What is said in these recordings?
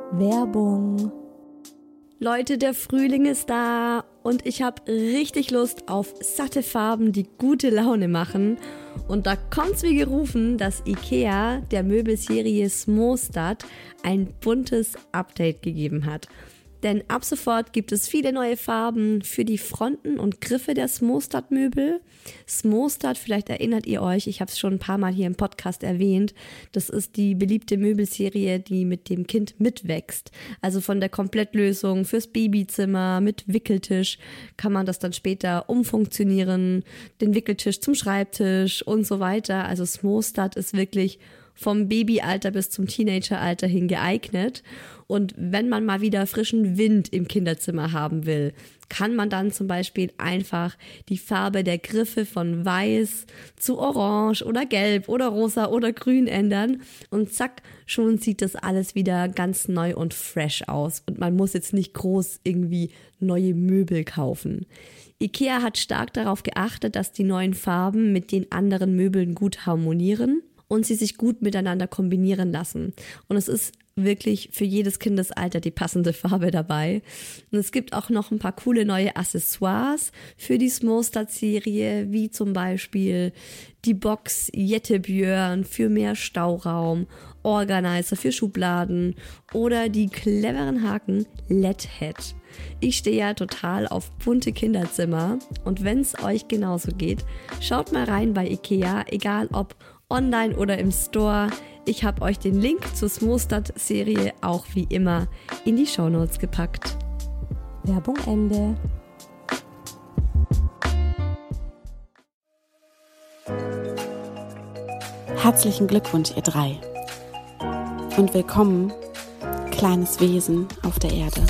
Werbung. Leute, der Frühling ist da und ich habe richtig Lust auf satte Farben, die gute Laune machen. Und da kommt's wie gerufen, dass IKEA der Möbelserie Smostad ein buntes Update gegeben hat. Denn ab sofort gibt es viele neue Farben für die Fronten und Griffe der Smostad-Möbel. Smostad, vielleicht erinnert ihr euch, ich habe es schon ein paar Mal hier im Podcast erwähnt, das ist die beliebte Möbelserie, die mit dem Kind mitwächst. Also von der Komplettlösung fürs Babyzimmer mit Wickeltisch kann man das dann später umfunktionieren, den Wickeltisch zum Schreibtisch und so weiter. Also Smostad ist wirklich vom Babyalter bis zum Teenageralter hin geeignet. Und wenn man mal wieder frischen Wind im Kinderzimmer haben will, kann man dann zum Beispiel einfach die Farbe der Griffe von weiß zu orange oder gelb oder rosa oder grün ändern. Und zack, schon sieht das alles wieder ganz neu und fresh aus. Und man muss jetzt nicht groß irgendwie neue Möbel kaufen. IKEA hat stark darauf geachtet, dass die neuen Farben mit den anderen Möbeln gut harmonieren und sie sich gut miteinander kombinieren lassen. Und es ist wirklich für jedes Kindesalter die passende Farbe dabei. Und es gibt auch noch ein paar coole neue Accessoires für die Smostad-Serie, wie zum Beispiel die Box Jettebjörn für mehr Stauraum, Organizer für Schubladen oder die cleveren Haken LED-Head. Ich stehe ja total auf bunte Kinderzimmer und wenn es euch genauso geht, schaut mal rein bei IKEA, egal ob online oder im Store. Ich habe euch den Link zur Smostad-Serie auch wie immer in die Shownotes gepackt. Werbung Ende. Herzlichen Glückwunsch, ihr drei. Und willkommen, kleines Wesen auf der Erde.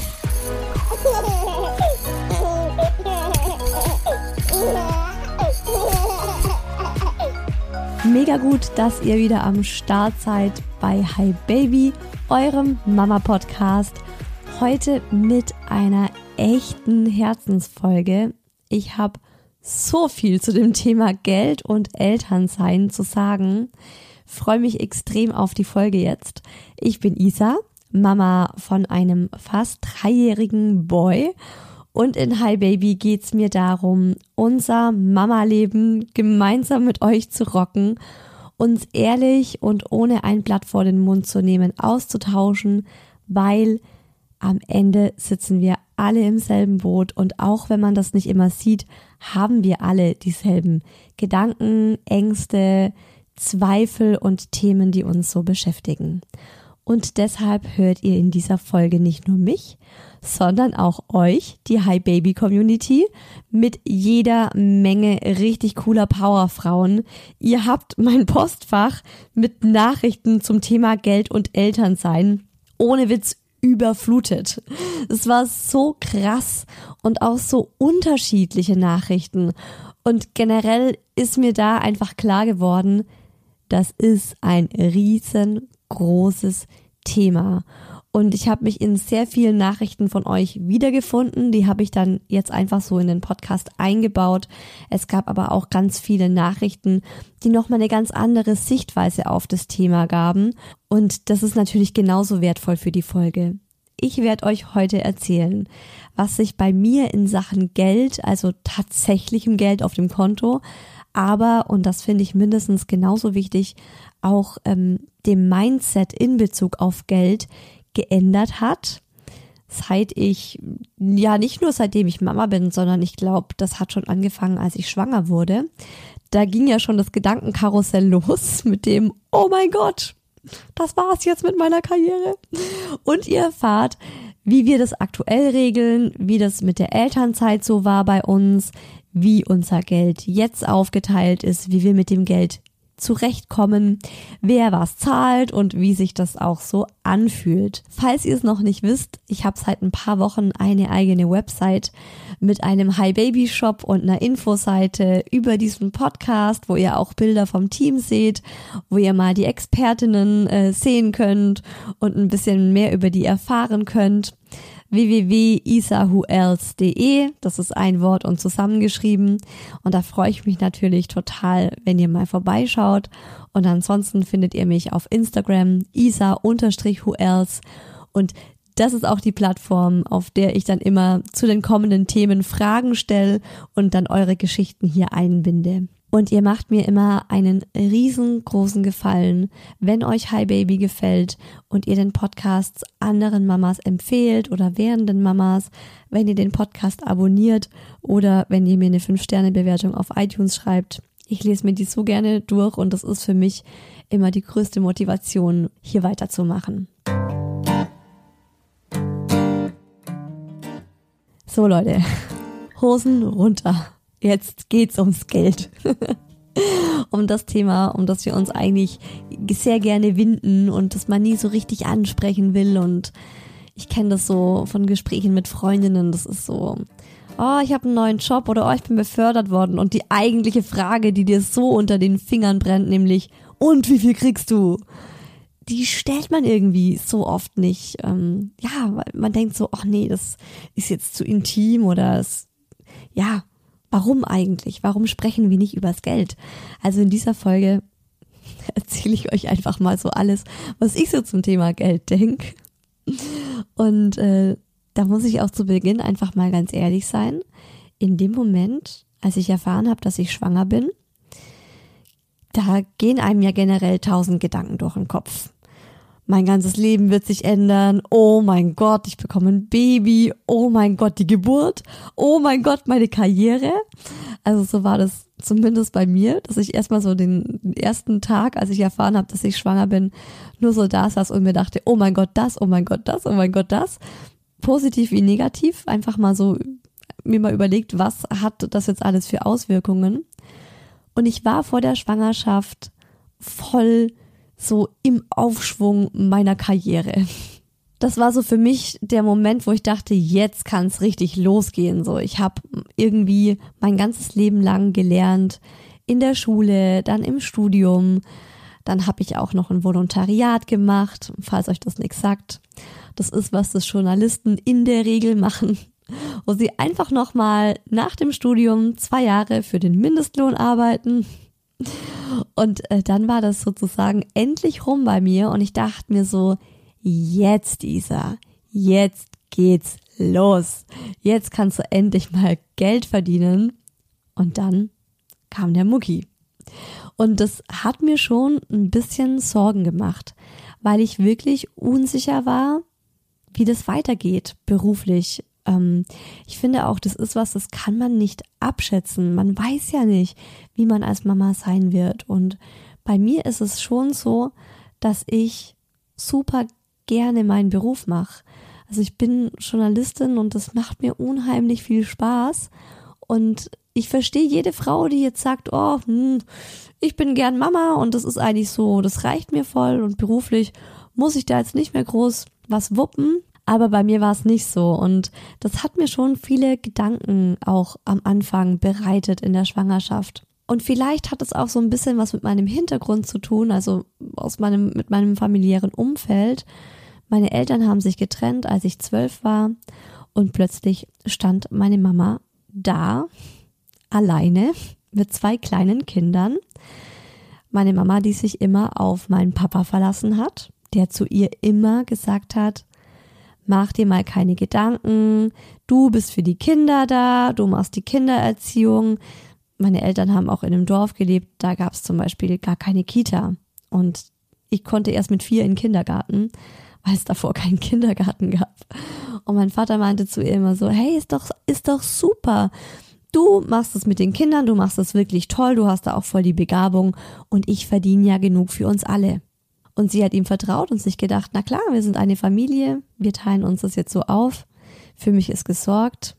Mega gut, dass ihr wieder am Start seid bei Hi Baby, eurem Mama-Podcast. Heute mit einer echten Herzensfolge. Ich habe so viel zu dem Thema Geld und Elternsein zu sagen. Freue mich extrem auf die Folge jetzt. Ich bin Isa, Mama von einem fast 3-jährigen Boy. Und in Hi Baby geht's mir darum, unser Mama-Leben gemeinsam mit euch zu rocken, uns ehrlich und ohne ein Blatt vor den Mund zu nehmen, auszutauschen, weil am Ende sitzen wir alle im selben Boot und auch wenn man das nicht immer sieht, haben wir alle dieselben Gedanken, Ängste, Zweifel und Themen, die uns so beschäftigen. Und deshalb hört ihr in dieser Folge nicht nur mich, sondern auch euch, die Hi Baby Community, mit jeder Menge richtig cooler Powerfrauen. Ihr habt mein Postfach mit Nachrichten zum Thema Geld und Elternsein ohne Witz überflutet. Es war so krass und auch so unterschiedliche Nachrichten. Und generell ist mir da einfach klar geworden, das ist ein riesengroßes Thema. Und ich habe mich in sehr vielen Nachrichten von euch wiedergefunden. Die habe ich dann jetzt einfach so in den Podcast eingebaut. Es gab aber auch ganz viele Nachrichten, die nochmal eine ganz andere Sichtweise auf das Thema gaben. Und das ist natürlich genauso wertvoll für die Folge. Ich werde euch heute erzählen, was sich bei mir in Sachen Geld, also tatsächlichem Geld auf dem Konto, aber, und das finde ich mindestens genauso wichtig, auch dem Mindset in Bezug auf Geld geändert hat, seit ich, ja nicht nur seitdem ich Mama bin, sondern ich glaube, das hat schon angefangen, als ich schwanger wurde. Da ging ja schon das Gedankenkarussell los mit dem, oh mein Gott, das war's jetzt mit meiner Karriere. Und ihr erfahrt, wie wir das aktuell regeln, wie das mit der Elternzeit so war bei uns, wie unser Geld jetzt aufgeteilt ist, wie wir mit dem Geld zurechtkommen, wer was zahlt und wie sich das auch so anfühlt. Falls ihr es noch nicht wisst, ich habe seit ein paar Wochen eine eigene Website mit einem Hi Baby Shop und einer Infoseite über diesen Podcast, wo ihr auch Bilder vom Team seht, wo ihr mal die Expertinnen sehen könnt und ein bisschen mehr über die erfahren könnt. www.isawhoelse.de, das ist ein Wort und zusammengeschrieben, und da freue ich mich natürlich total, wenn ihr mal vorbeischaut, und ansonsten findet ihr mich auf Instagram isa_whoelse Und das ist auch die Plattform, auf der ich dann immer zu den kommenden Themen Fragen stelle und dann eure Geschichten hier einbinde. Und ihr macht mir immer einen riesengroßen Gefallen, wenn euch Hi Baby gefällt und ihr den Podcast anderen Mamas empfehlt oder werdenden Mamas, wenn ihr den Podcast abonniert oder wenn ihr mir eine 5-Sterne-Bewertung auf iTunes schreibt. Ich lese mir die so gerne durch und das ist für mich immer die größte Motivation, hier weiterzumachen. So Leute, Hosen runter. Jetzt geht's ums Geld. Um das Thema, um das wir uns eigentlich sehr gerne winden und das man nie so richtig ansprechen will. Und ich kenne das so von Gesprächen mit Freundinnen. Das ist so, oh, ich habe einen neuen Job oder oh, ich bin befördert worden. Und die eigentliche Frage, die dir so unter den Fingern brennt, nämlich, und wie viel kriegst du? Die stellt man irgendwie so oft nicht. Weil man denkt so, ach nee, das ist jetzt zu intim oder warum eigentlich? Warum sprechen wir nicht übers Geld? Also in dieser Folge erzähle ich euch einfach mal so alles, was ich so zum Thema Geld denke. Und da muss ich auch zu Beginn einfach mal ganz ehrlich sein. In dem Moment, als ich erfahren habe, dass ich schwanger bin, da gehen einem ja generell 1000 Gedanken durch den Kopf. Mein ganzes Leben wird sich ändern. Oh mein Gott, ich bekomme ein Baby. Oh mein Gott, die Geburt. Oh mein Gott, meine Karriere. Also so war das zumindest bei mir, dass ich erstmal so den ersten Tag, als ich erfahren habe, dass ich schwanger bin, nur so da saß und mir dachte, oh mein Gott, das, oh mein Gott, das, oh mein Gott, das. Positiv wie negativ. Einfach mal so mir mal überlegt, was hat das jetzt alles für Auswirkungen. Und ich war vor der Schwangerschaft voll so im Aufschwung meiner Karriere. Das war so für mich der Moment, wo ich dachte, jetzt kann es richtig losgehen. So, ich habe irgendwie mein ganzes Leben lang gelernt, in der Schule, dann im Studium. Dann habe ich auch noch ein Volontariat gemacht, falls euch das nichts sagt. Das ist, was das Journalisten in der Regel machen, wo sie einfach nochmal nach dem Studium 2 Jahre für den Mindestlohn arbeiten. Und dann war das sozusagen endlich rum bei mir und ich dachte mir so, jetzt Isa, jetzt geht's los. Jetzt kannst du endlich mal Geld verdienen. Und dann kam der Mucki. Und das hat mir schon ein bisschen Sorgen gemacht, weil ich wirklich unsicher war, wie das weitergeht beruflich. Ich finde auch, das ist was, das kann man nicht abschätzen. Man weiß ja nicht, wie man als Mama sein wird. Und bei mir ist es schon so, dass ich super gerne meinen Beruf mache. Also ich bin Journalistin und das macht mir unheimlich viel Spaß. Und ich verstehe jede Frau, die jetzt sagt, oh, ich bin gern Mama und das ist eigentlich so, das reicht mir voll und beruflich muss ich da jetzt nicht mehr groß was wuppen. Aber bei mir war es nicht so und das hat mir schon viele Gedanken auch am Anfang bereitet in der Schwangerschaft. Und vielleicht hat es auch so ein bisschen was mit meinem Hintergrund zu tun, also mit meinem familiären Umfeld. Meine Eltern haben sich getrennt, als ich 12 war und plötzlich stand meine Mama da, alleine mit 2 kleinen Kindern. Meine Mama, die sich immer auf meinen Papa verlassen hat, der zu ihr immer gesagt hat, mach dir mal keine Gedanken, du bist für die Kinder da, du machst die Kindererziehung. Meine Eltern haben auch in einem Dorf gelebt, da gab es zum Beispiel gar keine Kita. Und ich konnte erst mit 4 in den Kindergarten, weil es davor keinen Kindergarten gab. Und mein Vater meinte zu ihr immer so, hey, ist doch super. Du machst es mit den Kindern, du machst es wirklich toll, du hast da auch voll die Begabung und ich verdiene ja genug für uns alle. Und sie hat ihm vertraut und sich gedacht, na klar, wir sind eine Familie, wir teilen uns das jetzt so auf, für mich ist gesorgt.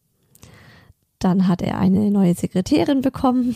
Dann hat er eine neue Sekretärin bekommen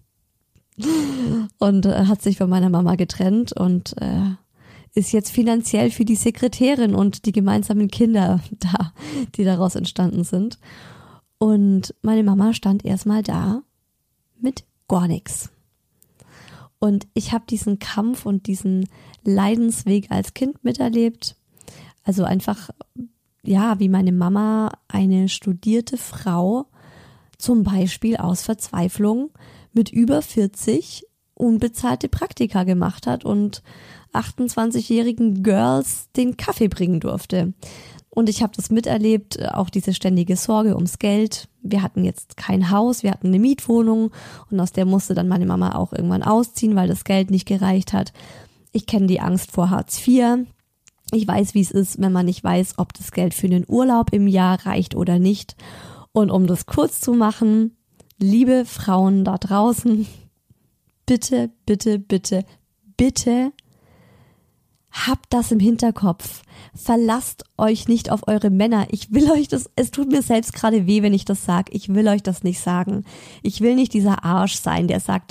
und hat sich von meiner Mama getrennt und ist jetzt finanziell für die Sekretärin und die gemeinsamen Kinder da, die daraus entstanden sind. Und meine Mama stand erstmal da mit gar nichts. Und ich habe diesen Kampf und diesen Leidensweg als Kind miterlebt. Also einfach, ja, wie meine Mama, eine studierte Frau, zum Beispiel aus Verzweiflung mit über 40 unbezahlte Praktika gemacht hat und 28-jährigen Girls den Kaffee bringen durfte. Und ich habe das miterlebt, auch diese ständige Sorge ums Geld. Wir hatten jetzt kein Haus, wir hatten eine Mietwohnung und aus der musste dann meine Mama auch irgendwann ausziehen, weil das Geld nicht gereicht hat. Ich kenne die Angst vor Hartz IV. Ich weiß, wie es ist, wenn man nicht weiß, ob das Geld für einen Urlaub im Jahr reicht oder nicht. Und um das kurz zu machen, liebe Frauen da draußen, bitte, bitte, bitte, bitte habt das im Hinterkopf. Verlasst euch nicht auf eure Männer. Ich will euch das, es tut mir selbst gerade weh, wenn ich das sage. Ich will euch das nicht sagen. Ich will nicht dieser Arsch sein, der sagt,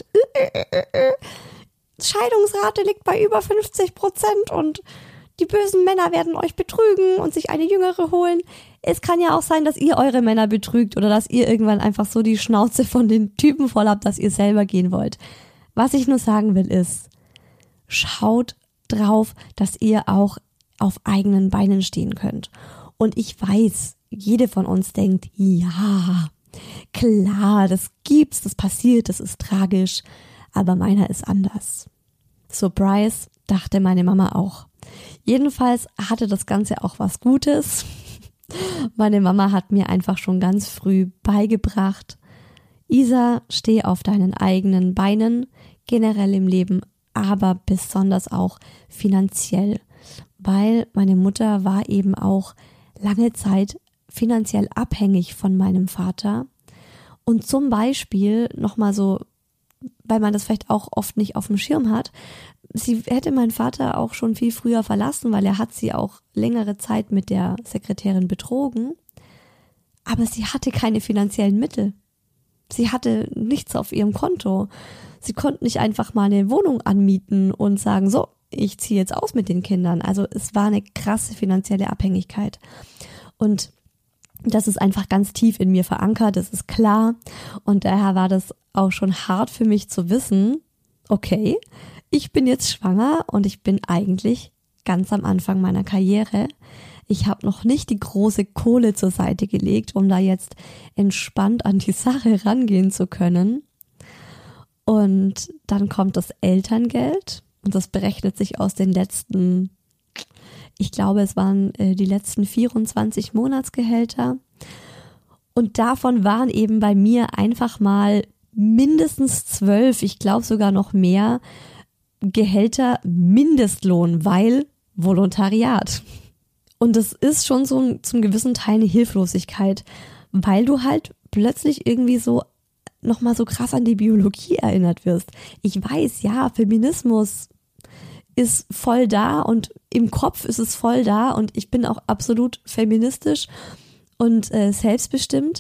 Scheidungsrate liegt bei über 50% und die bösen Männer werden euch betrügen und sich eine jüngere holen. Es kann ja auch sein, dass ihr eure Männer betrügt oder dass ihr irgendwann einfach so die Schnauze von den Typen voll habt, dass ihr selber gehen wollt. Was ich nur sagen will ist, schaut drauf, dass ihr auch auf eigenen Beinen stehen könnt. Und ich weiß, jede von uns denkt, ja, klar, das gibt's, das passiert, das ist tragisch, aber meiner ist anders. Surprise, dachte meine Mama auch. Jedenfalls hatte das Ganze auch was Gutes. Meine Mama hat mir einfach schon ganz früh beigebracht, Isa, steh auf deinen eigenen Beinen, generell im Leben, aber besonders auch finanziell, weil meine Mutter war eben auch lange Zeit finanziell abhängig von meinem Vater und zum Beispiel nochmal so, weil man das vielleicht auch oft nicht auf dem Schirm hat, sie hätte meinen Vater auch schon viel früher verlassen, weil er hat sie auch längere Zeit mit der Sekretärin betrogen, aber sie hatte keine finanziellen Mittel. Sie hatte nichts auf ihrem Konto. Sie konnte nicht einfach mal eine Wohnung anmieten und sagen, so, ich ziehe jetzt aus mit den Kindern. Also es war eine krasse finanzielle Abhängigkeit. Und das ist einfach ganz tief in mir verankert, das ist klar. Und daher war das auch schon hart für mich zu wissen, okay, ich bin jetzt schwanger und ich bin eigentlich ganz am Anfang meiner Karriere. Ich habe noch nicht die große Kohle zur Seite gelegt, um da jetzt entspannt an die Sache rangehen zu können. Und dann kommt das Elterngeld und das berechnet sich aus den letzten, ich glaube, es waren die letzten 24 Monatsgehälter. Und davon waren eben bei mir einfach mal mindestens 12, ich glaube sogar noch mehr, Gehälter Mindestlohn, weil Volontariat. Und das ist schon so zum gewissen Teil eine Hilflosigkeit, weil du halt plötzlich irgendwie so nochmal so krass an die Biologie erinnert wirst. Ich weiß, ja, Feminismus ist voll da und im Kopf ist es voll da und ich bin auch absolut feministisch und selbstbestimmt.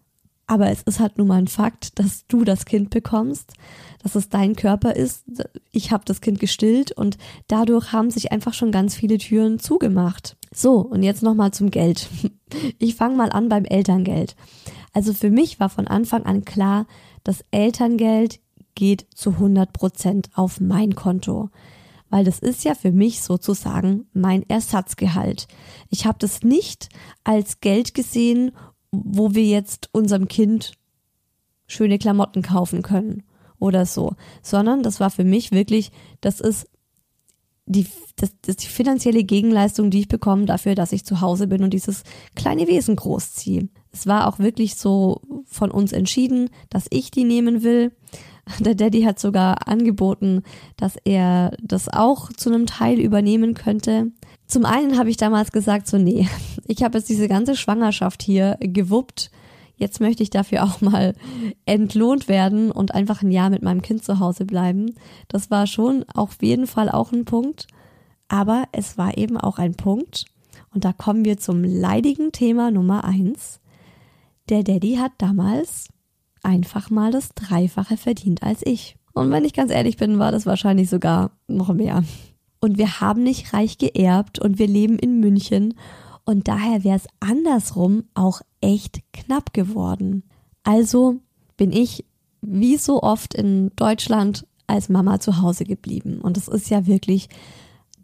Aber es ist halt nun mal ein Fakt, dass du das Kind bekommst, dass es dein Körper ist. Ich habe das Kind gestillt und dadurch haben sich einfach schon ganz viele Türen zugemacht. So, und jetzt nochmal zum Geld. Ich fange mal an beim Elterngeld. Also für mich war von Anfang an klar, das Elterngeld geht zu 100% auf mein Konto. Weil das ist ja für mich sozusagen mein Ersatzgehalt. Ich habe das nicht als Geld gesehen, wo wir jetzt unserem Kind schöne Klamotten kaufen können oder so, sondern das war für mich wirklich, das ist die finanzielle Gegenleistung, die ich bekomme dafür, dass ich zu Hause bin und dieses kleine Wesen großziehe. Es war auch wirklich so von uns entschieden, dass ich die nehmen will. Der Daddy hat sogar angeboten, dass er das auch zu einem Teil übernehmen könnte. Zum einen habe ich damals gesagt, so nee, ich habe jetzt diese ganze Schwangerschaft hier gewuppt. Jetzt möchte ich dafür auch mal entlohnt werden und einfach ein Jahr mit meinem Kind zu Hause bleiben. Das war schon auf jeden Fall auch ein Punkt. Aber es war eben auch ein Punkt. Und da kommen wir zum leidigen Thema Nummer 1. Der Daddy hat damals einfach mal das Dreifache verdient als ich. Und wenn ich ganz ehrlich bin, war das wahrscheinlich sogar noch mehr. Und wir haben nicht reich geerbt und wir leben in München. Und daher wäre es andersrum auch echt knapp geworden. Also bin ich wie so oft in Deutschland als Mama zu Hause geblieben. Und das ist ja wirklich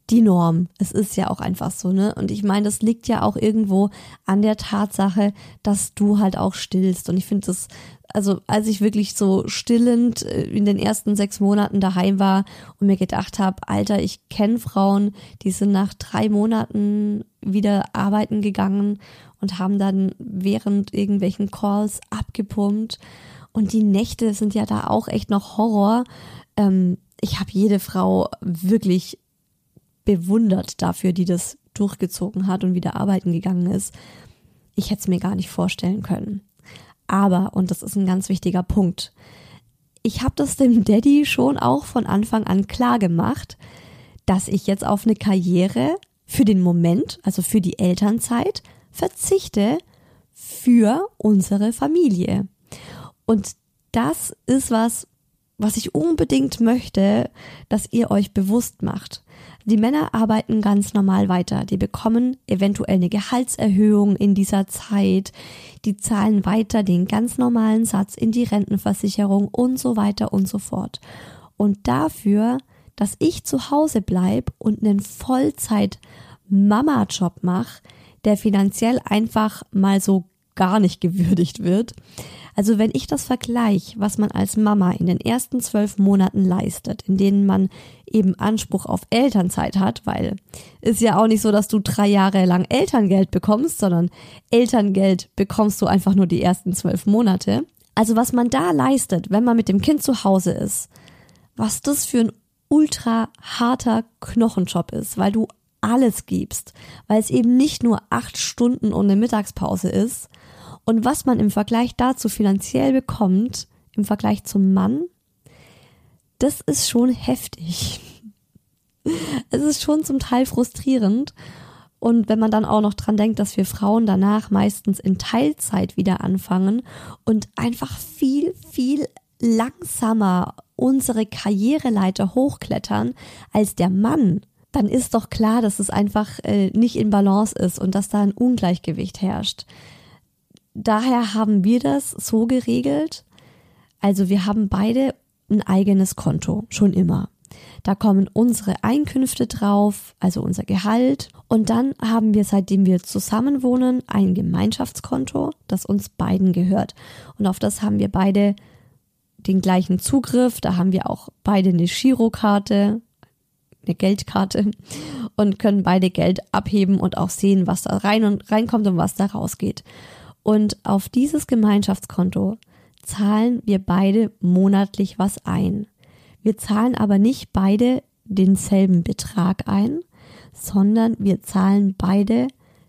die Norm. Es ist ja auch einfach so, ne? Und ich meine, das liegt ja auch irgendwo an der Tatsache, dass du halt auch stillst. Und ich finde das, also als ich wirklich so stillend in den ersten 6 Monaten daheim war und mir gedacht habe, Alter, ich kenne Frauen, die sind nach 3 Monaten wieder arbeiten gegangen und haben dann während irgendwelchen Calls abgepumpt. Und die Nächte sind ja da auch echt noch Horror. Ich habe jede Frau wirklich bewundert dafür, die das durchgezogen hat und wieder arbeiten gegangen ist. Ich hätte es mir gar nicht vorstellen können. Aber, und das ist ein ganz wichtiger Punkt, ich habe das dem Daddy schon auch von Anfang an klar gemacht, dass ich jetzt auf eine Karriere für den Moment, also für die Elternzeit, verzichte für unsere Familie. Und das ist was ich unbedingt möchte, dass ihr euch bewusst macht. Die Männer arbeiten ganz normal weiter. Die bekommen eventuell eine Gehaltserhöhung in dieser Zeit. Die zahlen weiter den ganz normalen Satz in die Rentenversicherung und so weiter und so fort. Und dafür, dass ich zu Hause bleibe und einen Vollzeit-Mama-Job mache, der finanziell einfach mal so gar nicht gewürdigt wird. Also wenn ich das vergleiche, was man als Mama in den ersten 12 Monaten leistet, in denen man eben Anspruch auf Elternzeit hat, weil ist ja auch nicht so, dass du 3 Jahre lang Elterngeld bekommst, sondern Elterngeld bekommst du einfach nur die ersten 12 Monate. Also was man da leistet, wenn man mit dem Kind zu Hause ist, was das für ein ultra harter Knochenjob ist, weil du alles gibst, weil es eben nicht nur 8 Stunden und eine Mittagspause ist. Und was man im Vergleich dazu finanziell bekommt, im Vergleich zum Mann, das ist schon heftig. Es ist schon zum Teil frustrierend. Und wenn man dann auch noch dran denkt, dass wir Frauen danach meistens in Teilzeit wieder anfangen und einfach viel, viel langsamer unsere Karriereleiter hochklettern als der Mann, dann ist doch klar, dass es einfach nicht in Balance ist und dass da ein Ungleichgewicht herrscht. Daher haben wir das so geregelt. Also wir haben beide ein eigenes Konto, schon immer. Da kommen unsere Einkünfte drauf, also unser Gehalt. Und dann haben wir, seitdem wir zusammen wohnen, ein Gemeinschaftskonto, das uns beiden gehört. Und auf das haben wir beide den gleichen Zugriff. Da haben wir auch beide eine Girokarte, eine Geldkarte und können beide Geld abheben und auch sehen, was da reinkommt und was da rausgeht. Und auf dieses Gemeinschaftskonto zahlen wir beide monatlich was ein. Wir zahlen aber nicht beide denselben Betrag ein, sondern wir zahlen beide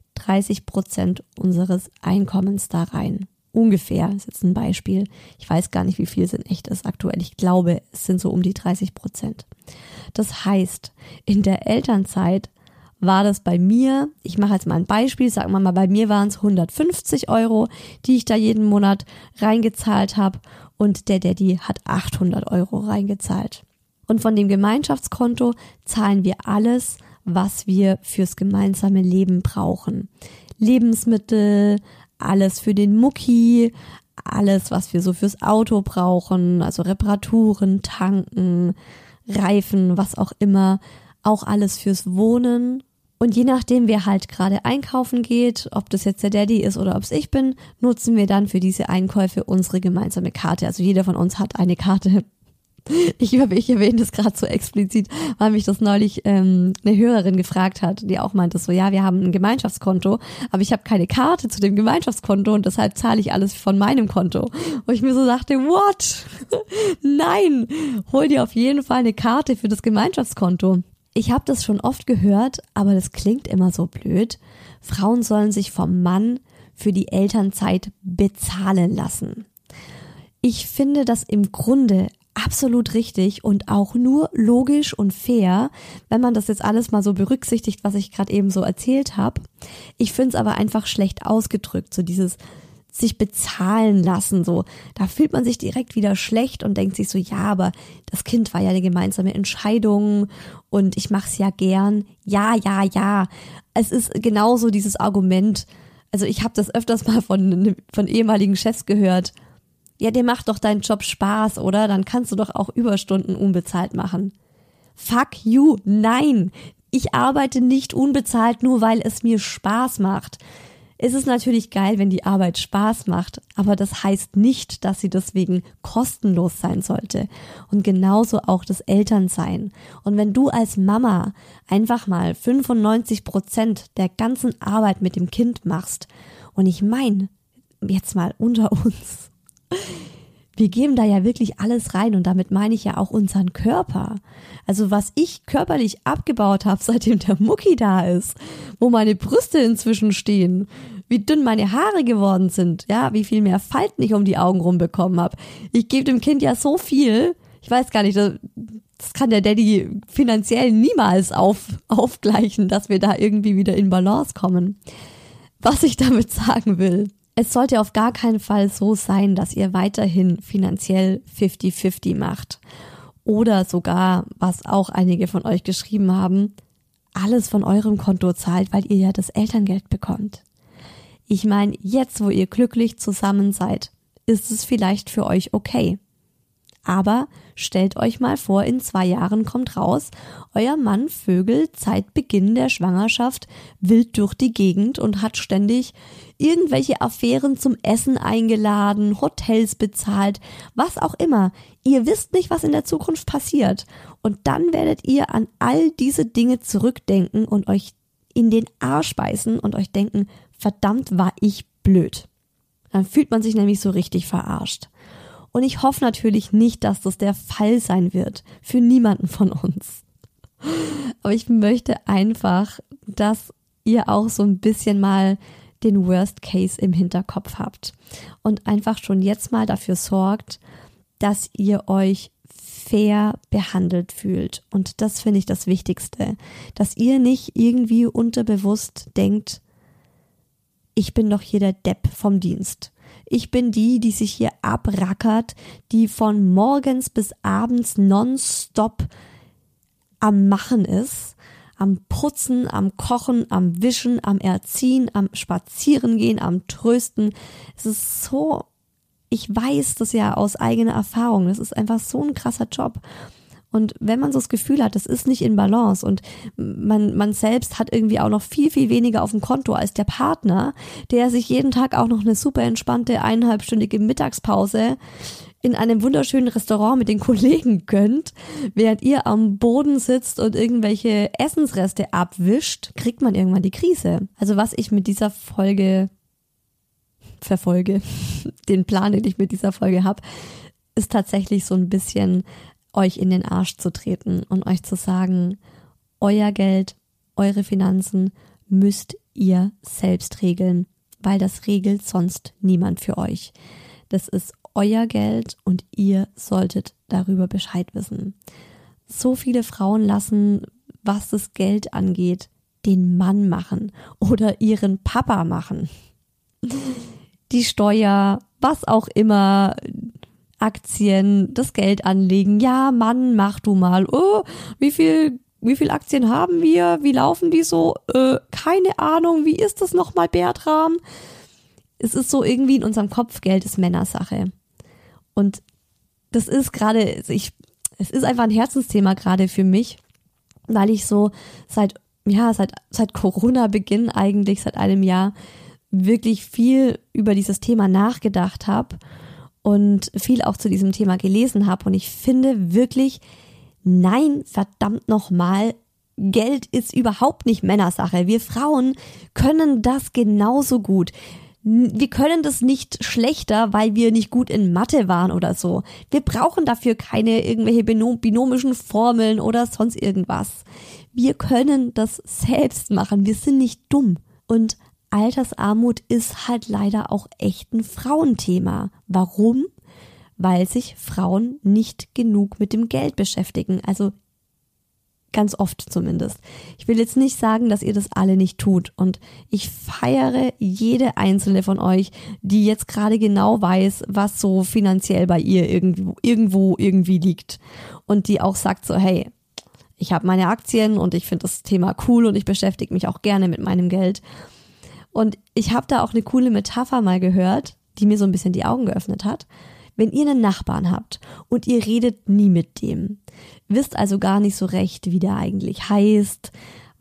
30% unseres Einkommens da rein. Ungefähr, ist jetzt ein Beispiel. Ich weiß gar nicht, wie viel es in echt ist aktuell. Ich glaube, es sind so um die 30%. Das heißt, in der Elternzeit war das bei mir, ich mache jetzt mal ein Beispiel, sagen wir mal, bei mir waren es 150 €, die ich da jeden Monat reingezahlt habe und der Daddy hat 800 € reingezahlt. Und von dem Gemeinschaftskonto zahlen wir alles, was wir fürs gemeinsame Leben brauchen. Lebensmittel, alles für den Mucki, alles, was wir so fürs Auto brauchen, also Reparaturen, Tanken, Reifen, was auch immer, auch alles fürs Wohnen. Und je nachdem, wer halt gerade einkaufen geht, ob das jetzt der Daddy ist oder ob es ich bin, nutzen wir dann für diese Einkäufe unsere gemeinsame Karte. Also jeder von uns hat eine Karte. Ich erwähne das gerade so explizit, weil mich das neulich eine Hörerin gefragt hat, die auch meinte so, ja, wir haben ein Gemeinschaftskonto, aber ich habe keine Karte zu dem Gemeinschaftskonto und deshalb zahle ich alles von meinem Konto. Und ich mir so dachte, what? Nein, hol dir auf jeden Fall eine Karte für das Gemeinschaftskonto. Ich habe das schon oft gehört, aber das klingt immer so blöd. Frauen sollen sich vom Mann für die Elternzeit bezahlen lassen. Ich finde das im Grunde absolut richtig und auch nur logisch und fair, wenn man das jetzt alles mal so berücksichtigt, was ich gerade eben so erzählt habe. Ich finde es aber einfach schlecht ausgedrückt, so dieses sich bezahlen lassen, so. Da fühlt man sich direkt wieder schlecht und denkt sich so, ja, aber das Kind war ja eine gemeinsame Entscheidung und ich mach's ja gern. Ja. Es ist genauso dieses Argument, also ich habe das öfters mal von ehemaligen Chefs gehört. Ja, dir macht doch dein Job Spaß, oder? Dann kannst du doch auch Überstunden unbezahlt machen. Fuck you, nein! ich arbeite nicht unbezahlt, nur weil es mir Spaß macht. Es ist natürlich geil, wenn die Arbeit Spaß macht, aber das heißt nicht, dass sie deswegen kostenlos sein sollte. Und genauso auch das Elternsein. Und wenn du als Mama einfach mal 95% der ganzen Arbeit mit dem Kind machst, und ich meine, jetzt mal unter uns, wir geben da ja wirklich alles rein und damit meine ich ja auch unseren Körper. Also was ich körperlich abgebaut habe, seitdem der Mucki da ist, wo meine Brüste inzwischen stehen, wie dünn meine Haare geworden sind, ja, wie viel mehr Falten ich um die Augen rum bekommen habe. Ich gebe dem Kind ja so viel, ich weiß gar nicht, das kann der Daddy finanziell niemals aufgleichen, dass wir da irgendwie wieder in Balance kommen. Was ich damit sagen will: Es sollte auf gar keinen Fall so sein, dass ihr weiterhin finanziell 50-50 macht. Oder sogar, was auch einige von euch geschrieben haben, alles von eurem Konto zahlt, weil ihr ja das Elterngeld bekommt. Ich meine, jetzt, wo ihr glücklich zusammen seid, ist es vielleicht für euch okay. Aber stellt euch mal vor, in 2 Jahren kommt raus, euer Mann vögelt seit Beginn der Schwangerschaft wild durch die Gegend und hat ständig irgendwelche Affären zum Essen eingeladen, Hotels bezahlt, was auch immer. Ihr wisst nicht, was in der Zukunft passiert. Und dann werdet ihr an all diese Dinge zurückdenken und euch in den Arsch beißen und euch denken, verdammt, war ich blöd. Dann fühlt man sich nämlich so richtig verarscht. Und ich hoffe natürlich nicht, dass das der Fall sein wird. Für niemanden von uns. Aber ich möchte einfach, dass ihr auch so ein bisschen mal den Worst Case im Hinterkopf habt. Und einfach schon jetzt mal dafür sorgt, dass ihr euch fair behandelt fühlt. Und das finde ich das Wichtigste. Dass ihr nicht irgendwie unterbewusst denkt, ich bin doch hier der Depp vom Dienst. Ich bin die sich hier abrackert, die von morgens bis abends nonstop am Machen ist, am Putzen, am Kochen, am Wischen, am Erziehen, am Spazierengehen, am Trösten. Es ist so, ich weiß das ja aus eigener Erfahrung, das ist einfach so ein krasser Job. Und wenn man so das Gefühl hat, das ist nicht in Balance und man selbst hat irgendwie auch noch viel, viel weniger auf dem Konto als der Partner, der sich jeden Tag auch noch eine super entspannte 1,5-stündige Mittagspause in einem wunderschönen Restaurant mit den Kollegen gönnt, während ihr am Boden sitzt und irgendwelche Essensreste abwischt, kriegt man irgendwann die Krise. Also was ich mit dieser Folge verfolge, den Plan, den ich mit dieser Folge habe, ist tatsächlich so ein bisschen euch in den Arsch zu treten und euch zu sagen, euer Geld, eure Finanzen müsst ihr selbst regeln, weil das regelt sonst niemand für euch. Das ist euer Geld und ihr solltet darüber Bescheid wissen. So viele Frauen lassen, was das Geld angeht, den Mann machen oder ihren Papa machen. Die Steuer, was auch immer, Aktien, das Geld anlegen. Ja, Mann, mach du mal. Oh, wie viel Aktien haben wir? Wie laufen die so? Keine Ahnung. Wie ist das nochmal, Bertram? Es ist so irgendwie in unserem Kopf, Geld ist Männersache. Und das ist gerade, es ist einfach ein Herzensthema gerade für mich, weil ich so seit Corona-Beginn eigentlich, seit einem Jahr, wirklich viel über dieses Thema nachgedacht habe und viel auch zu diesem Thema gelesen habe. Und ich finde wirklich, nein, verdammt nochmal, Geld ist überhaupt nicht Männersache. Wir Frauen können das genauso gut. Wir können das nicht schlechter, weil wir nicht gut in Mathe waren oder so. Wir brauchen dafür keine irgendwelche binomischen Formeln oder sonst irgendwas. Wir können das selbst machen. Wir sind nicht dumm. Und Altersarmut ist halt leider auch echt ein Frauenthema. Warum? Weil sich Frauen nicht genug mit dem Geld beschäftigen. Also ganz oft zumindest. Ich will jetzt nicht sagen, dass ihr das alle nicht tut. Und ich feiere jede einzelne von euch, die jetzt gerade genau weiß, was so finanziell bei ihr irgendwie liegt. Und die auch sagt so, hey, ich habe meine Aktien und ich finde das Thema cool und ich beschäftige mich auch gerne mit meinem Geld. Und ich habe da auch eine coole Metapher mal gehört, die mir so ein bisschen die Augen geöffnet hat. Wenn ihr einen Nachbarn habt und ihr redet nie mit dem, wisst also gar nicht so recht, wie der eigentlich heißt,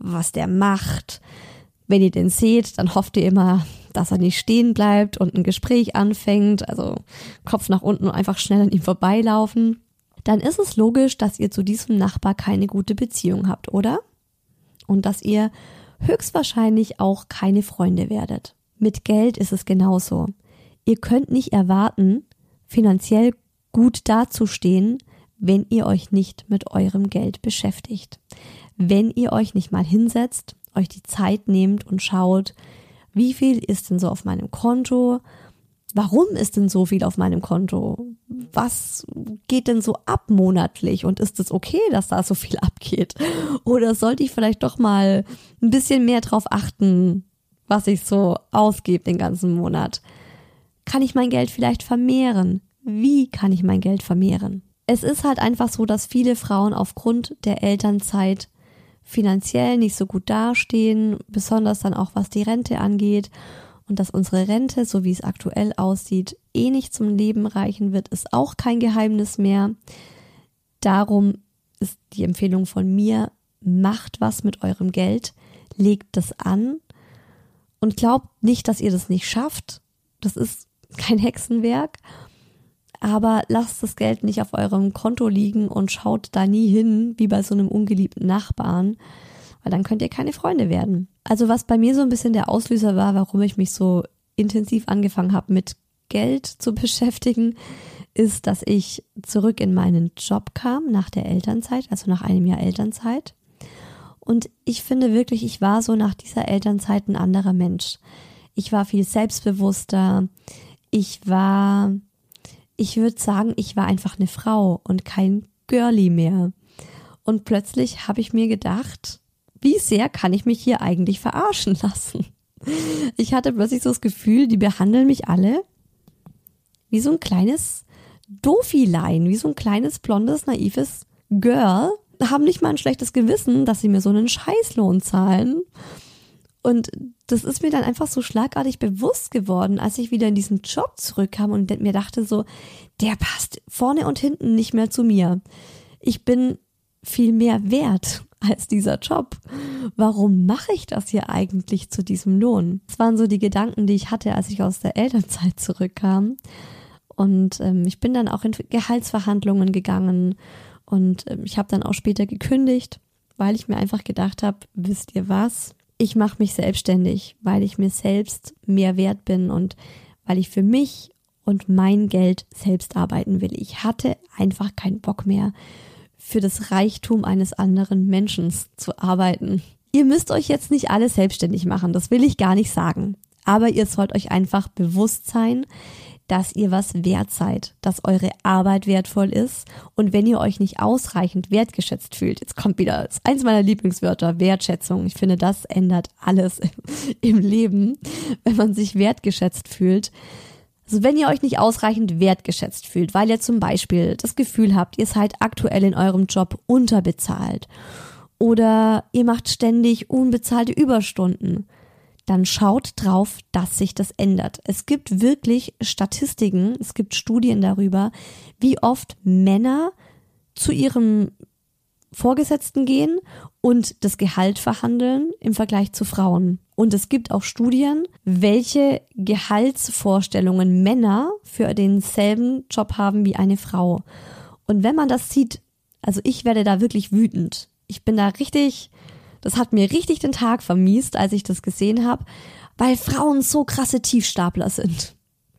was der macht. Wenn ihr den seht, dann hofft ihr immer, dass er nicht stehen bleibt und ein Gespräch anfängt, also Kopf nach unten und einfach schnell an ihm vorbeilaufen. Dann ist es logisch, dass ihr zu diesem Nachbar keine gute Beziehung habt, oder? Und dass ihr höchstwahrscheinlich auch keine Freunde werdet. Mit Geld ist es genauso. Ihr könnt nicht erwarten, finanziell gut dazustehen, wenn ihr euch nicht mit eurem Geld beschäftigt. Wenn ihr euch nicht mal hinsetzt, euch die Zeit nehmt und schaut, wie viel ist denn so auf meinem Konto? Warum ist denn so viel auf meinem Konto? Was geht denn so ab monatlich? Und ist es okay, dass da so viel abgeht? Oder sollte ich vielleicht doch mal ein bisschen mehr drauf achten, was ich so ausgebe den ganzen Monat? Kann ich mein Geld vielleicht vermehren? Wie kann ich mein Geld vermehren? Es ist halt einfach so, dass viele Frauen aufgrund der Elternzeit finanziell nicht so gut dastehen, besonders dann auch was die Rente angeht. Und dass unsere Rente, so wie es aktuell aussieht, nicht zum Leben reichen wird, ist auch kein Geheimnis mehr. Darum ist die Empfehlung von mir, macht was mit eurem Geld, legt das an und glaubt nicht, dass ihr das nicht schafft. Das ist kein Hexenwerk, aber lasst das Geld nicht auf eurem Konto liegen und schaut da nie hin, wie bei so einem ungeliebten Nachbarn, weil dann könnt ihr keine Freunde werden. Also was bei mir so ein bisschen der Auslöser war, warum ich mich so intensiv angefangen habe, mit Geld zu beschäftigen, ist, dass ich zurück in meinen Job kam nach der Elternzeit, also nach einem Jahr Elternzeit. Und ich finde wirklich, ich war so nach dieser Elternzeit ein anderer Mensch. Ich war viel selbstbewusster. Ich würde sagen, ich war einfach eine Frau und kein Girlie mehr. Und plötzlich habe ich mir gedacht, wie sehr kann ich mich hier eigentlich verarschen lassen? Ich hatte plötzlich so das Gefühl, die behandeln mich alle wie so ein kleines Doofilein, wie so ein kleines, blondes, naives Girl, haben nicht mal ein schlechtes Gewissen, dass sie mir so einen Scheißlohn zahlen. Und das ist mir dann einfach so schlagartig bewusst geworden, als ich wieder in diesen Job zurückkam und mir dachte so, der passt vorne und hinten nicht mehr zu mir. Ich bin viel mehr wert als dieser Job. Warum mache ich das hier eigentlich zu diesem Lohn? Das waren so die Gedanken, die ich hatte, als ich aus der Elternzeit zurückkam. Und ich bin dann auch in Gehaltsverhandlungen gegangen und ich habe dann auch später gekündigt, weil ich mir einfach gedacht habe, wisst ihr was? Ich mache mich selbstständig, weil ich mir selbst mehr wert bin und weil ich für mich und mein Geld selbst arbeiten will. Ich hatte einfach keinen Bock mehr, für das Reichtum eines anderen Menschen zu arbeiten. Ihr müsst euch jetzt nicht alle selbstständig machen, das will ich gar nicht sagen. Aber ihr sollt euch einfach bewusst sein, dass ihr was wert seid, dass eure Arbeit wertvoll ist und wenn ihr euch nicht ausreichend wertgeschätzt fühlt, jetzt kommt wieder eins meiner Lieblingswörter, Wertschätzung. Ich finde, das ändert alles im Leben, wenn man sich wertgeschätzt fühlt. Also wenn ihr euch nicht ausreichend wertgeschätzt fühlt, weil ihr zum Beispiel das Gefühl habt, ihr seid aktuell in eurem Job unterbezahlt oder ihr macht ständig unbezahlte Überstunden, dann schaut drauf, dass sich das ändert. Es gibt wirklich Statistiken, es gibt Studien darüber, wie oft Männer zu ihrem Vorgesetzten gehen und das Gehalt verhandeln im Vergleich zu Frauen. Und es gibt auch Studien, welche Gehaltsvorstellungen Männer für denselben Job haben wie eine Frau. Und wenn man das sieht, also ich werde da wirklich wütend. Ich bin da richtig, das hat mir richtig den Tag vermiest, als ich das gesehen habe, weil Frauen so krasse Tiefstapler sind.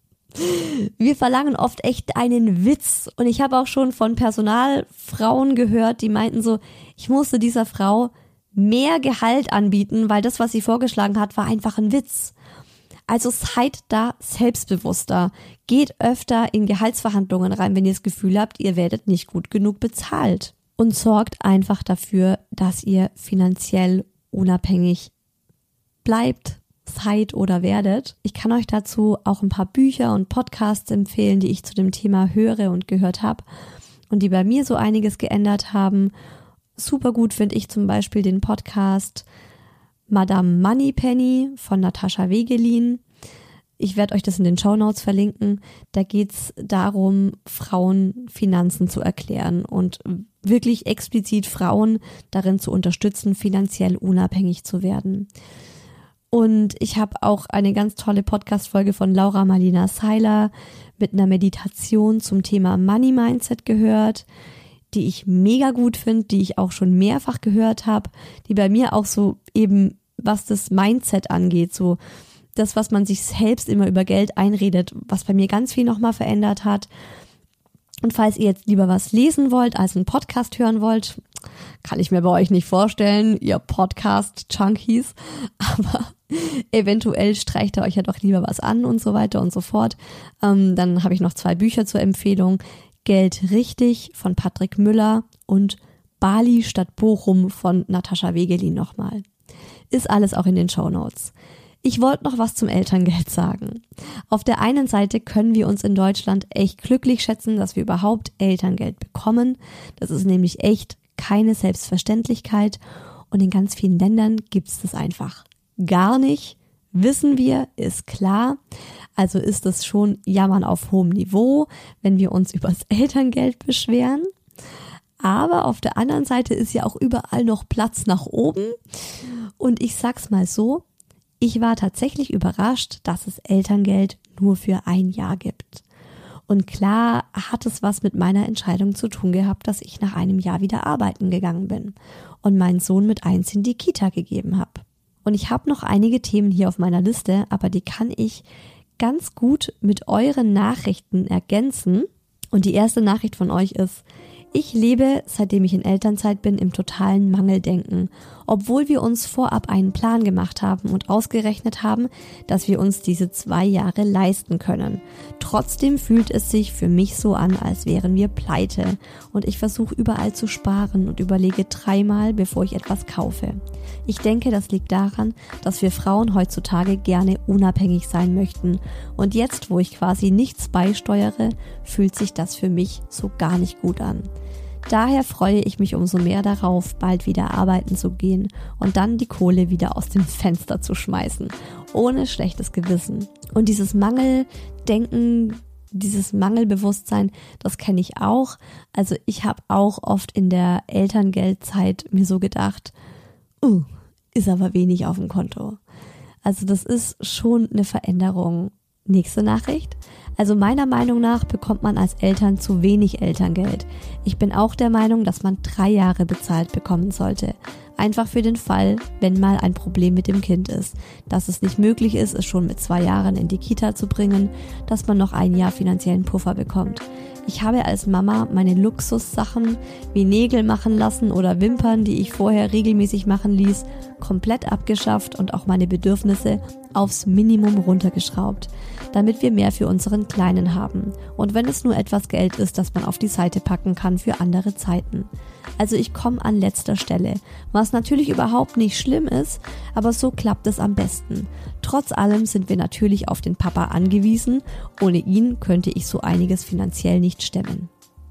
Wir verlangen oft echt einen Witz und ich habe auch schon von Personalfrauen gehört, die meinten so, ich musste dieser Frau mehr Gehalt anbieten, weil das, was sie vorgeschlagen hat, war einfach ein Witz. Also seid da selbstbewusster, geht öfter in Gehaltsverhandlungen rein, wenn ihr das Gefühl habt, ihr werdet nicht gut genug bezahlt und sorgt einfach dafür, dass ihr finanziell unabhängig bleibt, seid oder werdet. Ich kann euch dazu auch ein paar Bücher und Podcasts empfehlen, die ich zu dem Thema höre und gehört habe und die bei mir so einiges geändert haben. Super gut finde ich zum Beispiel den Podcast Madame Moneypenny von Natascha Wegelin. Ich werde euch das in den Shownotes verlinken. Da geht's darum, Frauen Finanzen zu erklären und wirklich explizit Frauen darin zu unterstützen, finanziell unabhängig zu werden. Und ich habe auch eine ganz tolle Podcast-Folge von Laura Marlina Seiler mit einer Meditation zum Thema Money Mindset gehört, die ich mega gut finde, die ich auch schon mehrfach gehört habe, die bei mir auch so eben, was das Mindset angeht, so das, was man sich selbst immer über Geld einredet, was bei mir ganz viel nochmal verändert hat. Und falls ihr jetzt lieber was lesen wollt, als einen Podcast hören wollt, kann ich mir bei euch nicht vorstellen, ihr Podcast-Junkies, aber eventuell streicht ihr euch ja doch lieber was an und so weiter und so fort. Dann habe ich noch 2 Bücher zur Empfehlung. Geld richtig von Patrick Müller und Bali statt Bochum von Natascha Wegelin nochmal. Ist alles auch in den Shownotes. Ich wollte noch was zum Elterngeld sagen. Auf der einen Seite können wir uns in Deutschland echt glücklich schätzen, dass wir überhaupt Elterngeld bekommen. Das ist nämlich echt keine Selbstverständlichkeit und in ganz vielen Ländern gibt es das einfach gar nicht. Wissen wir, ist klar. Also ist es schon Jammern auf hohem Niveau, wenn wir uns übers Elterngeld beschweren. Aber auf der anderen Seite ist ja auch überall noch Platz nach oben. Und ich sag's mal so, ich war tatsächlich überrascht, dass es Elterngeld nur für 1 Jahr gibt. Und klar hat es was mit meiner Entscheidung zu tun gehabt, dass ich nach einem Jahr wieder arbeiten gegangen bin und meinen Sohn mit 1 in die Kita gegeben habe. Und ich habe noch einige Themen hier auf meiner Liste, aber die kann ich ganz gut mit euren Nachrichten ergänzen. Und die erste Nachricht von euch ist: Ich lebe, seitdem ich in Elternzeit bin, im totalen Mangeldenken, obwohl wir uns vorab einen Plan gemacht haben und ausgerechnet haben, dass wir uns diese 2 Jahre leisten können. Trotzdem fühlt es sich für mich so an, als wären wir pleite und ich versuche überall zu sparen und überlege 3-mal, bevor ich etwas kaufe. Ich denke, das liegt daran, dass wir Frauen heutzutage gerne unabhängig sein möchten und jetzt, wo ich quasi nichts beisteuere, fühlt sich das für mich so gar nicht gut an. Daher freue ich mich umso mehr darauf, bald wieder arbeiten zu gehen und dann die Kohle wieder aus dem Fenster zu schmeißen, ohne schlechtes Gewissen. Und dieses Mangeldenken, dieses Mangelbewusstsein, das kenne ich auch. Also ich habe auch oft in der Elterngeldzeit mir so gedacht, ist aber wenig auf dem Konto. Also das ist schon eine Veränderung. Nächste Nachricht. Also meiner Meinung nach bekommt man als Eltern zu wenig Elterngeld. Ich bin auch der Meinung, dass man 3 Jahre bezahlt bekommen sollte. Einfach für den Fall, wenn mal ein Problem mit dem Kind ist. Dass es nicht möglich ist, es schon mit 2 Jahren in die Kita zu bringen, dass man noch 1 Jahr finanziellen Puffer bekommt. Ich habe als Mama meine Luxussachen wie Nägel machen lassen oder Wimpern, die ich vorher regelmäßig machen ließ, komplett abgeschafft und auch meine Bedürfnisse aufs Minimum runtergeschraubt, damit wir mehr für unseren Kleinen haben. Und wenn es nur etwas Geld ist, das man auf die Seite packen kann für andere Zeiten. Also ich komme an letzter Stelle, was natürlich überhaupt nicht schlimm ist, aber so klappt es am besten. Trotz allem sind wir natürlich auf den Papa angewiesen, ohne ihn könnte ich so einiges finanziell nicht stemmen.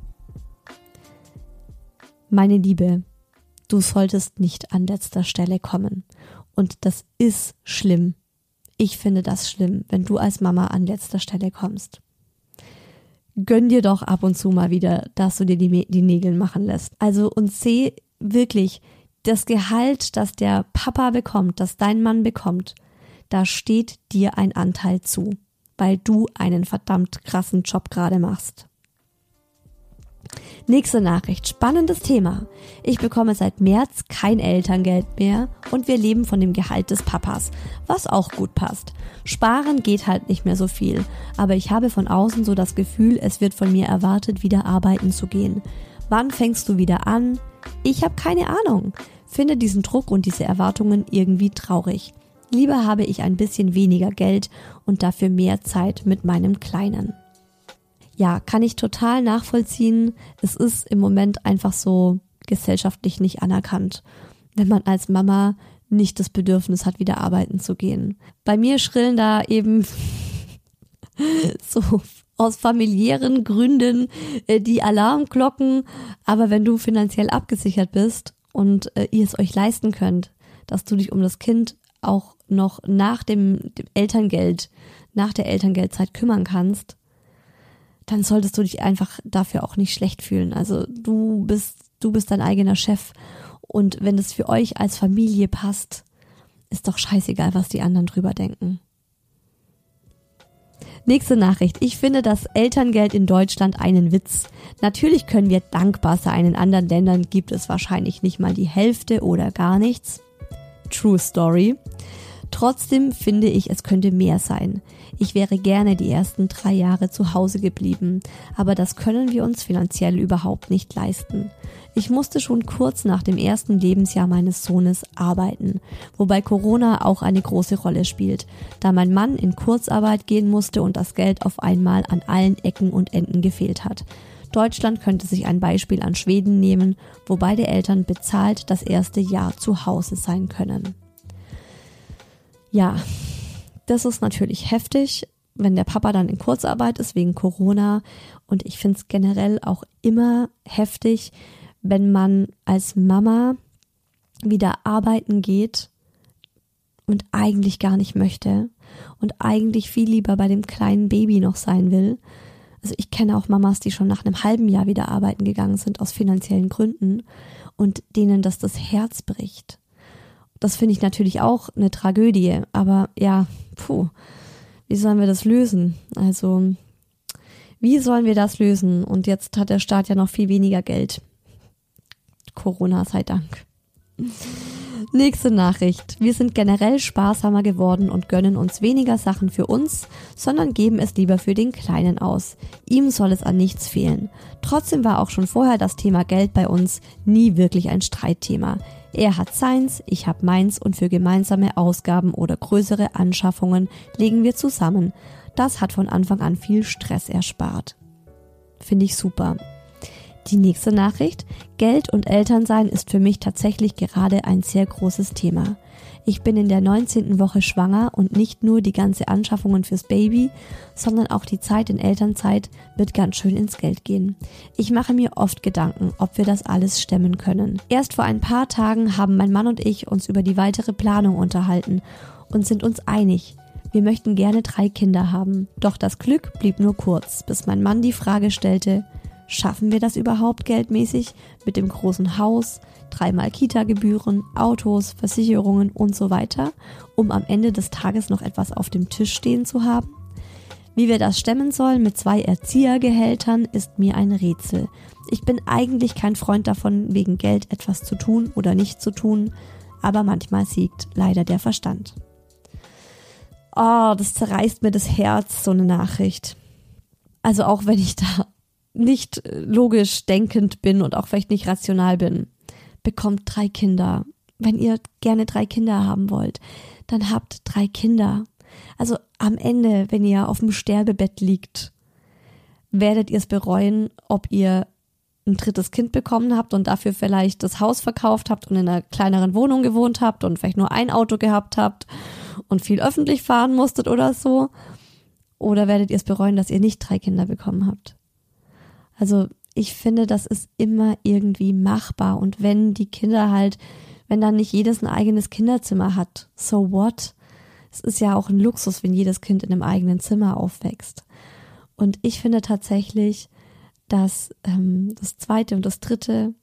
Meine Liebe, du solltest nicht an letzter Stelle kommen und das ist schlimm. Ich finde das schlimm, wenn du als Mama an letzter Stelle kommst. Gönn dir doch ab und zu mal wieder, dass du dir die Nägel machen lässt. Also und seh wirklich, das Gehalt, das der Papa bekommt, das dein Mann bekommt, da steht dir ein Anteil zu, weil du einen verdammt krassen Job gerade machst. Nächste Nachricht, spannendes Thema. Ich bekomme seit März kein Elterngeld mehr und wir leben von dem Gehalt des Papas, was auch gut passt. Sparen geht halt nicht mehr so viel, aber ich habe von außen so das Gefühl, es wird von mir erwartet, wieder arbeiten zu gehen. Wann fängst du wieder an? Ich habe keine Ahnung. Finde diesen Druck und diese Erwartungen irgendwie traurig. Lieber habe ich ein bisschen weniger Geld und dafür mehr Zeit mit meinem Kleinen. Ja, kann ich total nachvollziehen. Es ist im Moment einfach so gesellschaftlich nicht anerkannt, wenn man als Mama nicht das Bedürfnis hat, wieder arbeiten zu gehen. Bei mir schrillen da eben so aus familiären Gründen die Alarmglocken. Aber wenn du finanziell abgesichert bist und ihr es euch leisten könnt, dass du dich um das Kind auch noch nach dem Elterngeld nach der Elterngeldzeit kümmern kannst, dann solltest du dich einfach dafür auch nicht schlecht fühlen. Also du bist dein eigener Chef und wenn das für euch als Familie passt, ist doch scheißegal, was die anderen drüber denken. Nächste Nachricht. Ich finde das Elterngeld in Deutschland einen Witz. Natürlich können wir dankbar sein. In anderen Ländern gibt es wahrscheinlich nicht mal die Hälfte oder gar nichts. True Story. Trotzdem finde ich, es könnte mehr sein. Ich wäre gerne die ersten 3 Jahre zu Hause geblieben, aber das können wir uns finanziell überhaupt nicht leisten. Ich musste schon kurz nach dem ersten Lebensjahr meines Sohnes arbeiten, wobei Corona auch eine große Rolle spielt, da mein Mann in Kurzarbeit gehen musste und das Geld auf einmal an allen Ecken und Enden gefehlt hat. Deutschland könnte sich ein Beispiel an Schweden nehmen, wo beide Eltern bezahlt das erste Jahr zu Hause sein können. Ja, das ist natürlich heftig, wenn der Papa dann in Kurzarbeit ist wegen Corona. Und ich finde es generell auch immer heftig, wenn man als Mama wieder arbeiten geht und eigentlich gar nicht möchte und eigentlich viel lieber bei dem kleinen Baby noch sein will. Also ich kenne auch Mamas, die schon nach einem halben Jahr wieder arbeiten gegangen sind aus finanziellen Gründen und denen das Herz bricht. Das finde ich natürlich auch eine Tragödie, aber ja, wie sollen wir das lösen? Also, wie sollen wir das lösen? Und jetzt hat der Staat ja noch viel weniger Geld. Corona sei Dank. Nächste Nachricht. Wir sind generell sparsamer geworden und gönnen uns weniger Sachen für uns, sondern geben es lieber für den Kleinen aus. Ihm soll es an nichts fehlen. Trotzdem war auch schon vorher das Thema Geld bei uns nie wirklich ein Streitthema. Er hat seins, ich hab meins und für gemeinsame Ausgaben oder größere Anschaffungen legen wir zusammen. Das hat von Anfang an viel Stress erspart. Finde ich super. Die nächste Nachricht. Geld und Elternsein ist für mich tatsächlich gerade ein sehr großes Thema. Ich bin in der 19. Woche schwanger und nicht nur die ganze Anschaffungen fürs Baby, sondern auch die Zeit in Elternzeit wird ganz schön ins Geld gehen. Ich mache mir oft Gedanken, ob wir das alles stemmen können. Erst vor ein paar Tagen haben mein Mann und ich uns über die weitere Planung unterhalten und sind uns einig. Wir möchten gerne 3 Kinder haben. Doch das Glück blieb nur kurz, bis mein Mann die Frage stellte: Schaffen wir das überhaupt geldmäßig mit dem großen Haus, 3-mal Kita-Gebühren, Autos, Versicherungen und so weiter, um am Ende des Tages noch etwas auf dem Tisch stehen zu haben? Wie wir das stemmen sollen mit 2 Erziehergehältern ist mir ein Rätsel. Ich bin eigentlich kein Freund davon, wegen Geld etwas zu tun oder nicht zu tun, aber manchmal siegt leider der Verstand. Oh, das zerreißt mir das Herz, so eine Nachricht. Also auch wenn ich da nicht logisch denkend bin und auch vielleicht nicht rational bin, bekommt 3 Kinder. Wenn ihr gerne 3 Kinder haben wollt, dann habt 3 Kinder. Also am Ende, wenn ihr auf dem Sterbebett liegt, werdet ihr es bereuen, ob ihr ein 3. Kind bekommen habt und dafür vielleicht das Haus verkauft habt und in einer kleineren Wohnung gewohnt habt und vielleicht nur ein Auto gehabt habt und viel öffentlich fahren musstet oder so. Oder werdet ihr es bereuen, dass ihr nicht 3 Kinder bekommen habt? Also ich finde, das ist immer irgendwie machbar. Und wenn die Kinder wenn dann nicht jedes ein eigenes Kinderzimmer hat, so what? Es ist ja auch ein Luxus, wenn jedes Kind in einem eigenen Zimmer aufwächst. Und ich finde tatsächlich, dass das 2. und das 3.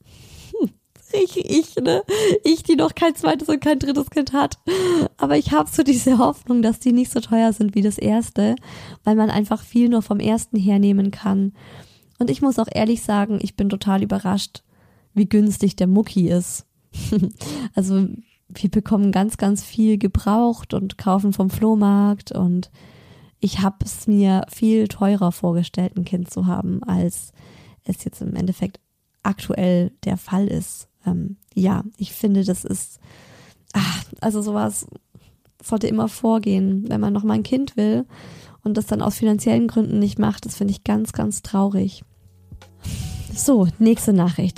Ich, die noch kein 2. und kein 3. Kind hat. Aber ich habe so diese Hoffnung, dass die nicht so teuer sind wie das 1., weil man einfach viel nur vom 1. hernehmen kann. Und ich muss auch ehrlich sagen, ich bin total überrascht, wie günstig der Mucki ist. Also wir bekommen ganz, ganz viel gebraucht und kaufen vom Flohmarkt und ich habe es mir viel teurer vorgestellt, ein Kind zu haben, als es jetzt im Endeffekt aktuell der Fall ist. Ja, ich finde, das ist, also sowas sollte immer vorgehen, wenn man noch mal ein Kind will und das dann aus finanziellen Gründen nicht macht. Das finde ich ganz, ganz traurig. So, nächste Nachricht.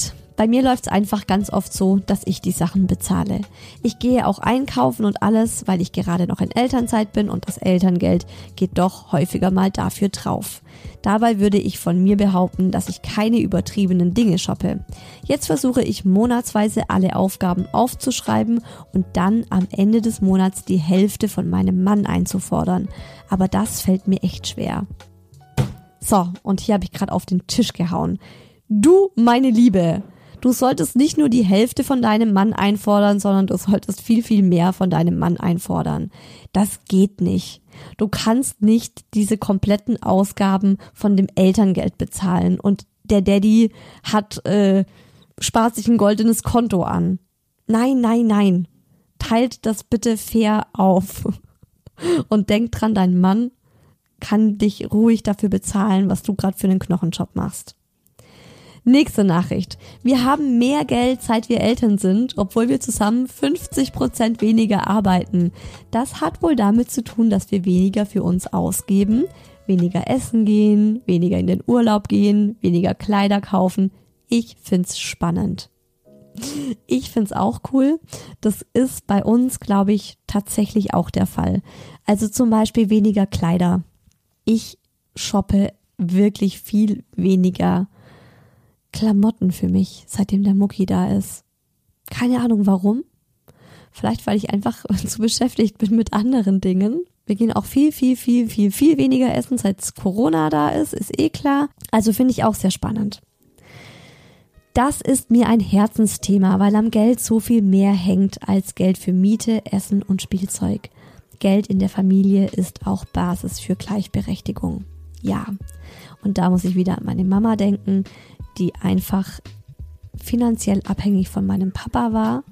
Bei mir läuft es einfach ganz oft so, dass ich die Sachen bezahle. Ich gehe auch einkaufen und alles, weil ich gerade noch in Elternzeit bin und das Elterngeld geht doch häufiger mal dafür drauf. Dabei würde ich von mir behaupten, dass ich keine übertriebenen Dinge shoppe. Jetzt versuche ich monatsweise alle Aufgaben aufzuschreiben und dann am Ende des Monats die Hälfte von meinem Mann einzufordern. Aber das fällt mir echt schwer. So, und hier habe ich gerade auf den Tisch gehauen. Du, meine Liebe, du solltest nicht nur die Hälfte von deinem Mann einfordern, sondern du solltest viel, viel mehr von deinem Mann einfordern. Das geht nicht. Du kannst nicht diese kompletten Ausgaben von dem Elterngeld bezahlen und der Daddy spart sich ein goldenes Konto an. Nein, nein, nein. Teilt das bitte fair auf. Und denk dran, dein Mann kann dich ruhig dafür bezahlen, was du gerade für einen Knochenjob machst. Nächste Nachricht. Wir haben mehr Geld, seit wir Eltern sind, obwohl wir zusammen 50% weniger arbeiten. Das hat wohl damit zu tun, dass wir weniger für uns ausgeben, weniger essen gehen, weniger in den Urlaub gehen, weniger Kleider kaufen. Ich find's spannend. Ich find's auch cool. Das ist bei uns, glaube ich, tatsächlich auch der Fall. Also zum Beispiel weniger Kleider. Ich shoppe wirklich viel weniger Klamotten für mich, seitdem der Mucki da ist. Keine Ahnung warum. Vielleicht, weil ich einfach zu beschäftigt bin mit anderen Dingen. Wir gehen auch viel weniger essen, seit Corona da ist eh klar. Also finde ich auch sehr spannend. Das ist mir ein Herzensthema, weil am Geld so viel mehr hängt als Geld für Miete, Essen und Spielzeug. Geld in der Familie ist auch Basis für Gleichberechtigung. Ja, und da muss ich wieder an meine Mama denken, die einfach finanziell abhängig von meinem Papa war.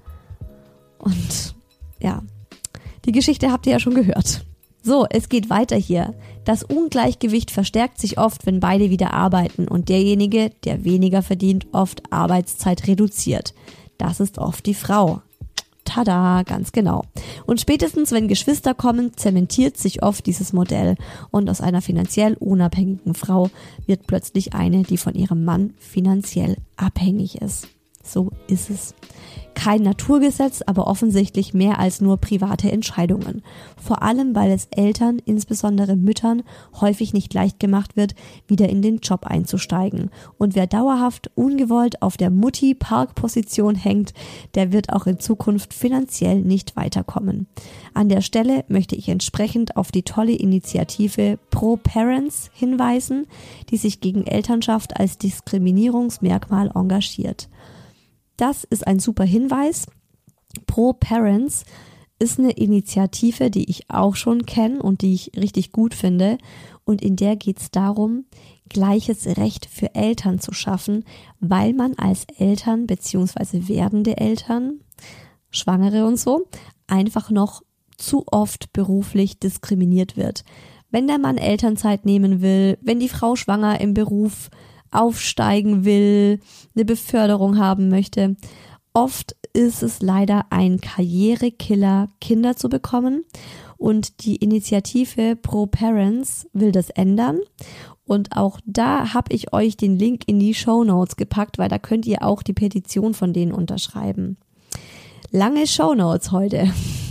Und ja, die Geschichte habt ihr ja schon gehört. So, es geht weiter hier. Das Ungleichgewicht verstärkt sich oft, wenn beide wieder arbeiten und derjenige, der weniger verdient, oft Arbeitszeit reduziert. Das ist oft die Frau. Tada, ganz genau. Und spätestens, wenn Geschwister kommen, zementiert sich oft dieses Modell und aus einer finanziell unabhängigen Frau wird plötzlich eine, die von ihrem Mann finanziell abhängig ist. So ist es. Kein Naturgesetz, aber offensichtlich mehr als nur private Entscheidungen. Vor allem, weil es Eltern, insbesondere Müttern, häufig nicht leicht gemacht wird, wieder in den Job einzusteigen. Und wer dauerhaft ungewollt auf der Mutti-Park-Position hängt, der wird auch in Zukunft finanziell nicht weiterkommen. An der Stelle möchte ich entsprechend auf die tolle Initiative Pro Parents hinweisen, die sich gegen Elternschaft als Diskriminierungsmerkmal engagiert. Das ist ein super Hinweis. Pro Parents ist eine Initiative, die ich auch schon kenne und die ich richtig gut finde. Und in der geht es darum, gleiches Recht für Eltern zu schaffen, weil man als Eltern bzw. werdende Eltern, Schwangere und so, einfach noch zu oft beruflich diskriminiert wird. Wenn der Mann Elternzeit nehmen will, wenn die Frau schwanger im Beruf aufsteigen will, eine Beförderung haben möchte. Oft ist es leider ein Karrierekiller, Kinder zu bekommen. Und die Initiative Pro Parents will das ändern. Und auch da habe ich euch den Link in die Shownotes gepackt, weil da könnt ihr auch die Petition von denen unterschreiben. Lange Shownotes heute.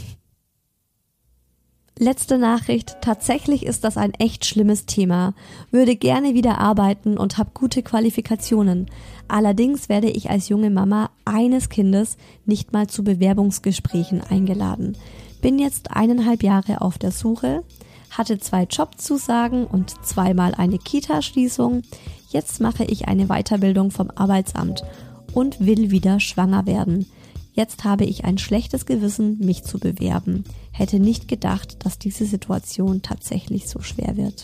Letzte Nachricht. Tatsächlich ist das ein echt schlimmes Thema. Würde gerne wieder arbeiten und habe gute Qualifikationen. Allerdings werde ich als junge Mama eines Kindes nicht mal zu Bewerbungsgesprächen eingeladen. Bin jetzt 1,5 Jahre auf der Suche, hatte 2 Jobzusagen und 2-mal eine Kita-Schließung. Jetzt mache ich eine Weiterbildung vom Arbeitsamt und will wieder schwanger werden. Jetzt habe ich ein schlechtes Gewissen, mich zu bewerben. Hätte nicht gedacht, dass diese Situation tatsächlich so schwer wird.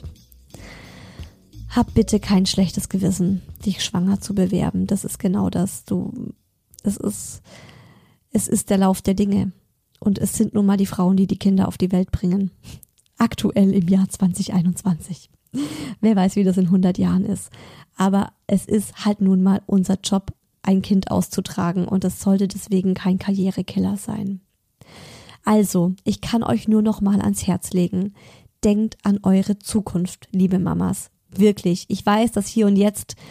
Hab bitte kein schlechtes Gewissen, dich schwanger zu bewerben. Das ist genau das. Es ist der Lauf der Dinge. Und es sind nun mal die Frauen, die die Kinder auf die Welt bringen. Aktuell im Jahr 2021. Wer weiß, wie das in 100 Jahren ist. Aber es ist halt nun mal unser Job, ein Kind auszutragen und es sollte deswegen kein Karrierekiller sein. Also, ich kann euch nur noch mal ans Herz legen. Denkt an eure Zukunft, liebe Mamas. Wirklich. Ich weiß, dass hier und jetzt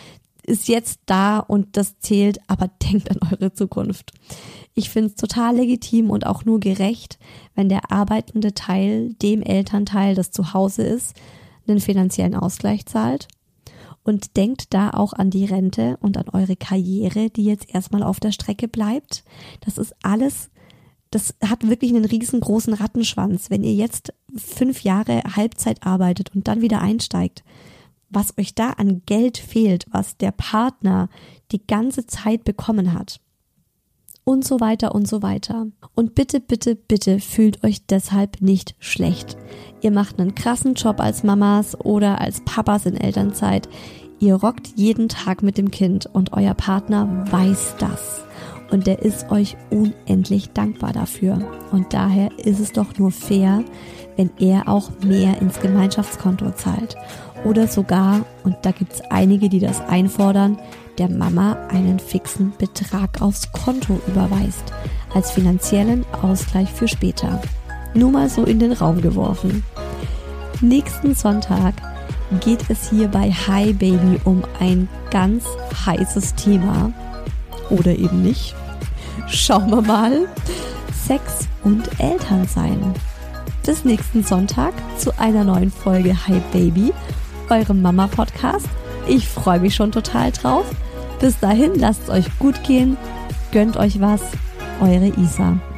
ist jetzt da und das zählt, aber denkt an eure Zukunft. Ich finde es total legitim und auch nur gerecht, wenn der arbeitende Teil dem Elternteil, das zu Hause ist, einen finanziellen Ausgleich zahlt. Und denkt da auch an die Rente und an eure Karriere, die jetzt erstmal auf der Strecke bleibt. Das ist alles, das hat wirklich einen riesengroßen Rattenschwanz. Wenn ihr jetzt 5 Jahre Halbzeit arbeitet und dann wieder einsteigt, was euch da an Geld fehlt, was der Partner die ganze Zeit bekommen hat. Und so weiter und so weiter. Und bitte, bitte, bitte fühlt euch deshalb nicht schlecht. Ihr macht einen krassen Job als Mamas oder als Papas in Elternzeit. Ihr rockt jeden Tag mit dem Kind und euer Partner weiß das. Und der ist euch unendlich dankbar dafür. Und daher ist es doch nur fair, wenn er auch mehr ins Gemeinschaftskonto zahlt. Oder sogar, und da gibt's einige, die das einfordern, der Mama einen fixen Betrag aufs Konto überweist, als finanziellen Ausgleich für später. Nur mal so in den Raum geworfen. Nächsten Sonntag geht es hier bei Hi Baby um ein ganz heißes Thema. Oder eben nicht. Schauen wir mal. Sex und Elternsein. Bis nächsten Sonntag zu einer neuen Folge Hi Baby, eurem Mama-Podcast. Ich freue mich schon total drauf. Bis dahin, lasst es euch gut gehen, gönnt euch was, eure Isa.